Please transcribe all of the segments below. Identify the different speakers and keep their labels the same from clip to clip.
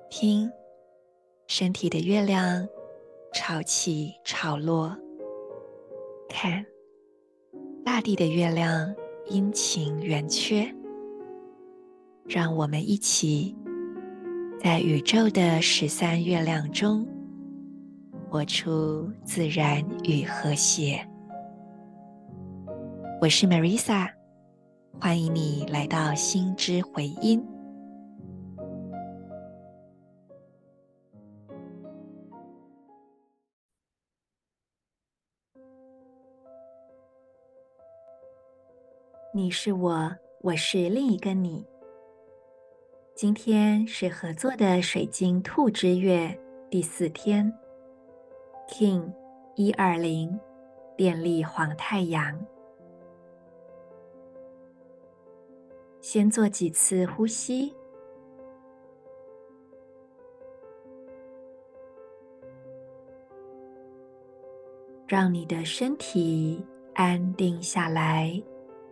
Speaker 1: 听身体的月亮潮起潮落，看大地的月亮阴晴圆缺。让我们一起在宇宙的13月亮中活出自然与和谐。我是 Marisa， 欢迎你来到心之回音。你是我，我是另一个你。今天是合作的水晶兔之月第4天 King 120电力黄太阳。先做几次呼吸，让你的身体安定下来，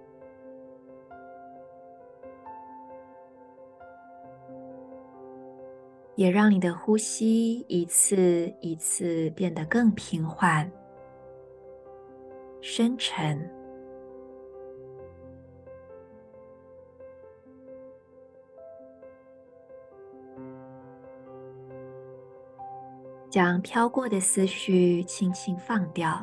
Speaker 1: 也让你的呼吸一次一次变得更平缓、深沉。将飘过的思绪轻轻放掉，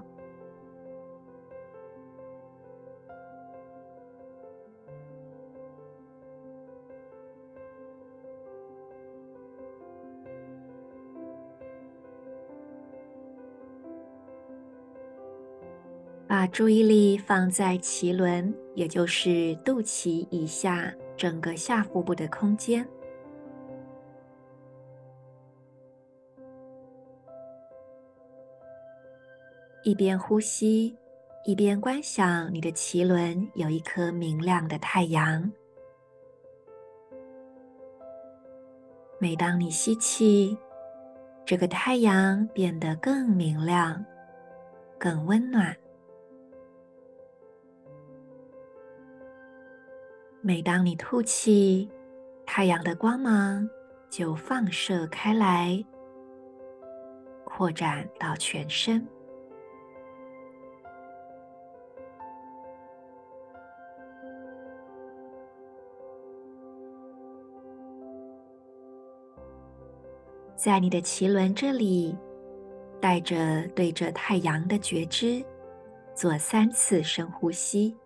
Speaker 1: 把注意力放在脐轮，也就是肚脐以下整个下腹部的空间。一边呼吸，一边观想你的脐轮有一颗明亮的太阳。每当你吸气，这个太阳变得更明亮、更温暖。每当你吐气，太阳的光芒就放射开来，扩展到全身。在你的脐轮这里，带着对着太阳的觉知，做3次深呼吸。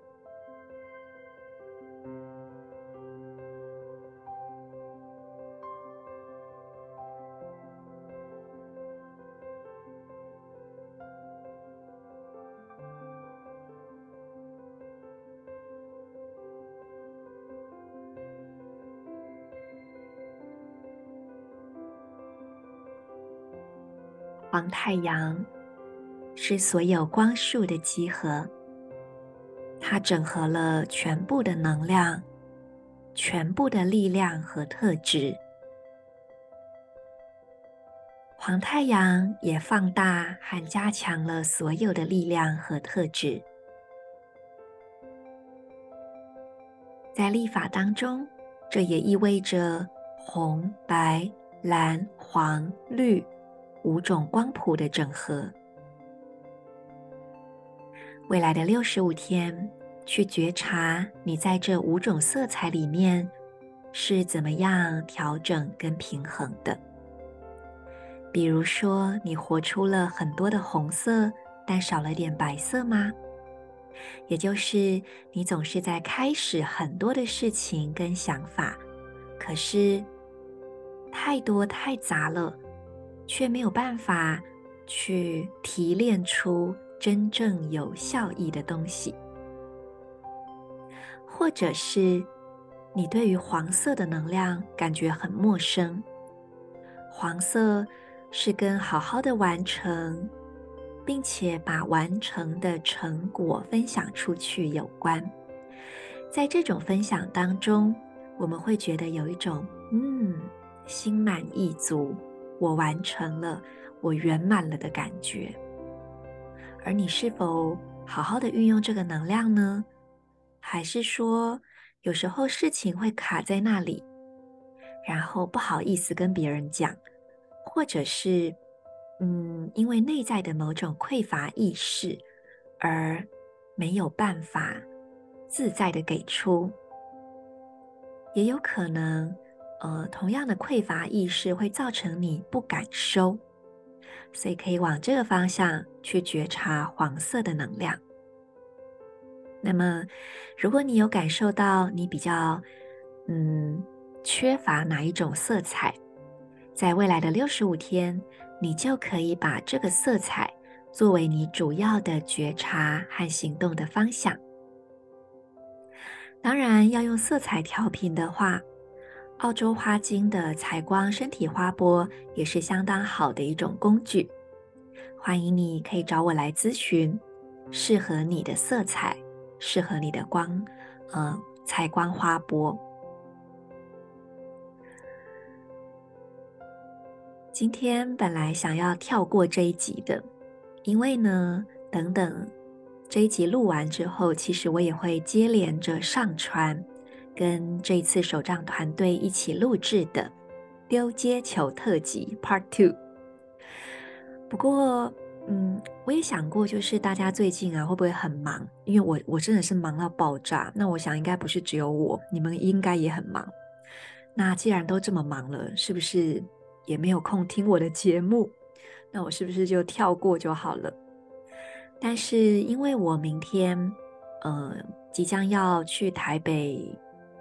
Speaker 1: 黄太阳是所有光束的集合，它整合了全部的能量、全部的力量和特质。黄太阳也放大和加强了所有的力量和特质。在历法当中，这也意味着红、白、蓝、黄、绿5种光谱的整合。未来的65天，去觉察你在这5种色彩里面是怎么样调整跟平衡的。比如说，你活出了很多的红色，但少了点白色吗？也就是你总是在开始很多的事情跟想法，可是太多太杂了，却没有办法去提炼出真正有效益的东西。或者是你对于黄色的能量感觉很陌生，黄色是跟好好的完成，并且把完成的成果分享出去有关。在这种分享当中，我们会觉得有一种心满意足，我完成了，我圆满了的感觉。而你是否好好的运用这个能量呢？还是说有时候事情会卡在那里， 然后不好意思跟别人讲，或者是因为内在的某种匮乏意识而没有办法自在的给出，也有可能同样的匮乏意识会造成你不敢收，所以可以往这个方向去觉察黄色的能量。那么如果你有感受到你比较缺乏哪一种色彩，在未来的65天，你就可以把这个色彩作为你主要的觉察和行动的方向。当然，要用色彩调频的话，澳洲花精的采光身体花波也是相当好的一种工具。欢迎你可以找我来咨询适合你的色彩，适合你的采光花波。今天本来想要跳过这一集的，因为呢，等等这一集录完之后，其实我也会接连着上传跟这一次手账团队一起录制的丢接球特辑 Part 2。不过我也想过，就是大家最近会不会很忙？因为我真的是忙到爆炸，那我想应该不是只有我，你们应该也很忙。那既然都这么忙了，是不是也没有空听我的节目？那我是不是就跳过就好了？但是因为我明天即将要去台北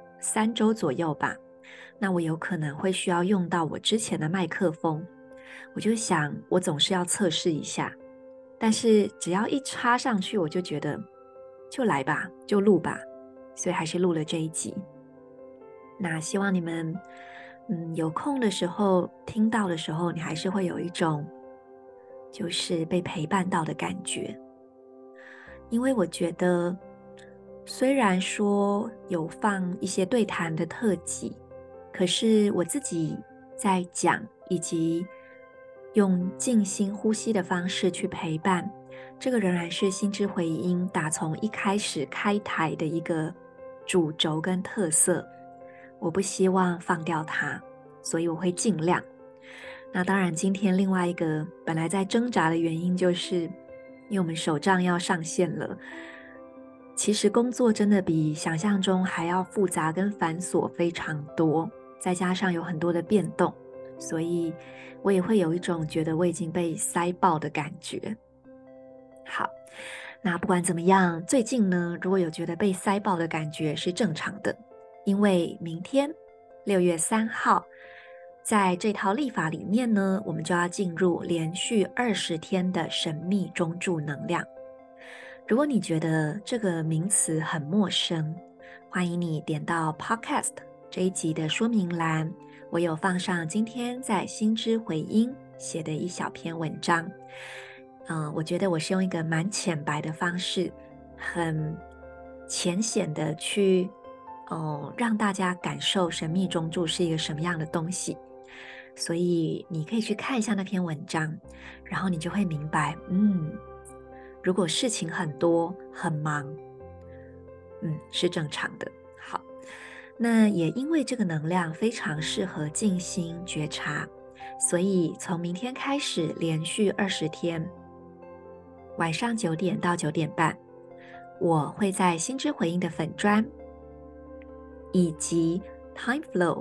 Speaker 1: 3周左右吧，那我有可能会需要用到我之前的麦克风，我就想我总是要测试一下，但是只要一插上去，我就觉得就来吧，就录吧，所以还是录了这一集。那希望你们有空的时候听到的时候，你还是会有一种就是被陪伴到的感觉。因为我觉得虽然说有放一些对谈的特辑，可是我自己在讲以及用静心呼吸的方式去陪伴，这个仍然是心之回音打从一开始开台的一个主轴跟特色，我不希望放掉它，所以我会尽量。那当然今天另外一个本来在挣扎的原因，就是因为我们手账要上线了，其实工作真的比想象中还要复杂跟繁琐非常多，再加上有很多的变动，所以我也会有一种觉得我已经被塞爆的感觉。好，那不管怎么样，最近呢，如果有觉得被塞爆的感觉是正常的，因为明天6月3号，在这套历法里面呢，我们就要进入连续20天的神秘中柱能量。如果你觉得这个名词很陌生，欢迎你点到 Podcast 这一集的说明栏，我有放上今天在心之回音写的一小篇文章。我觉得我是用一个蛮浅白的方式，很浅显的去让大家感受神秘中柱是一个什么样的东西。所以你可以去看一下那篇文章，然后你就会明白，如果事情很多很忙，是正常的。好，那也因为这个能量非常适合静心觉察，所以从明天开始连续20天，晚上9点到9点半，我会在心之回应的粉专以及 Time Flow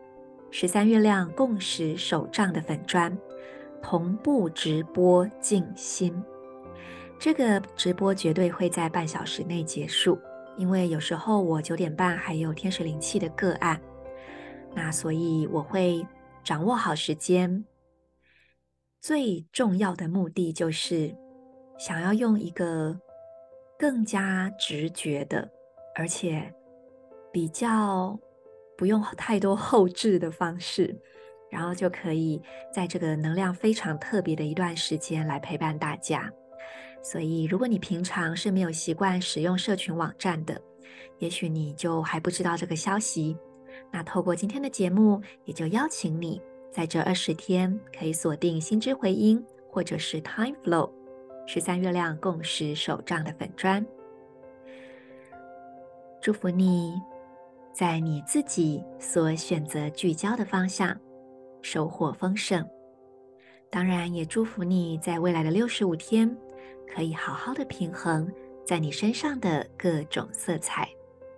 Speaker 1: 13月亮共识手账的粉专同步直播静心。这个直播绝对会在半小时内结束，因为有时候我9点半还有天使灵气的个案，那所以我会掌握好时间。最重要的目的就是想要用一个更加直觉的，而且比较不用太多后置的方式，然后就可以在这个能量非常特别的一段时间来陪伴大家。所以如果你平常是没有习惯使用社群网站的，也许你就还不知道这个消息，那透过今天的节目，也就邀请你在这20天可以锁定心之回音或者是 Time Flow 13月亮共识手账的粉专。祝福你在你自己所选择聚焦的方向，收获丰盛。当然，也祝福你在未来的65天，可以好好的平衡在你身上的各种色彩。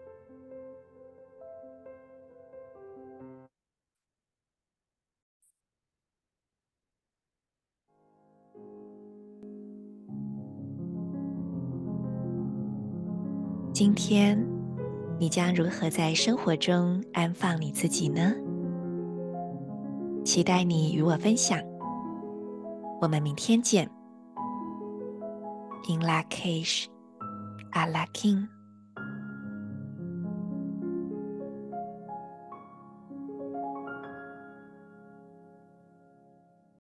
Speaker 1: 今天，你将如何在生活中安放你自己呢？期待你与我分享。我们明天见。In Lak'ech, A La King。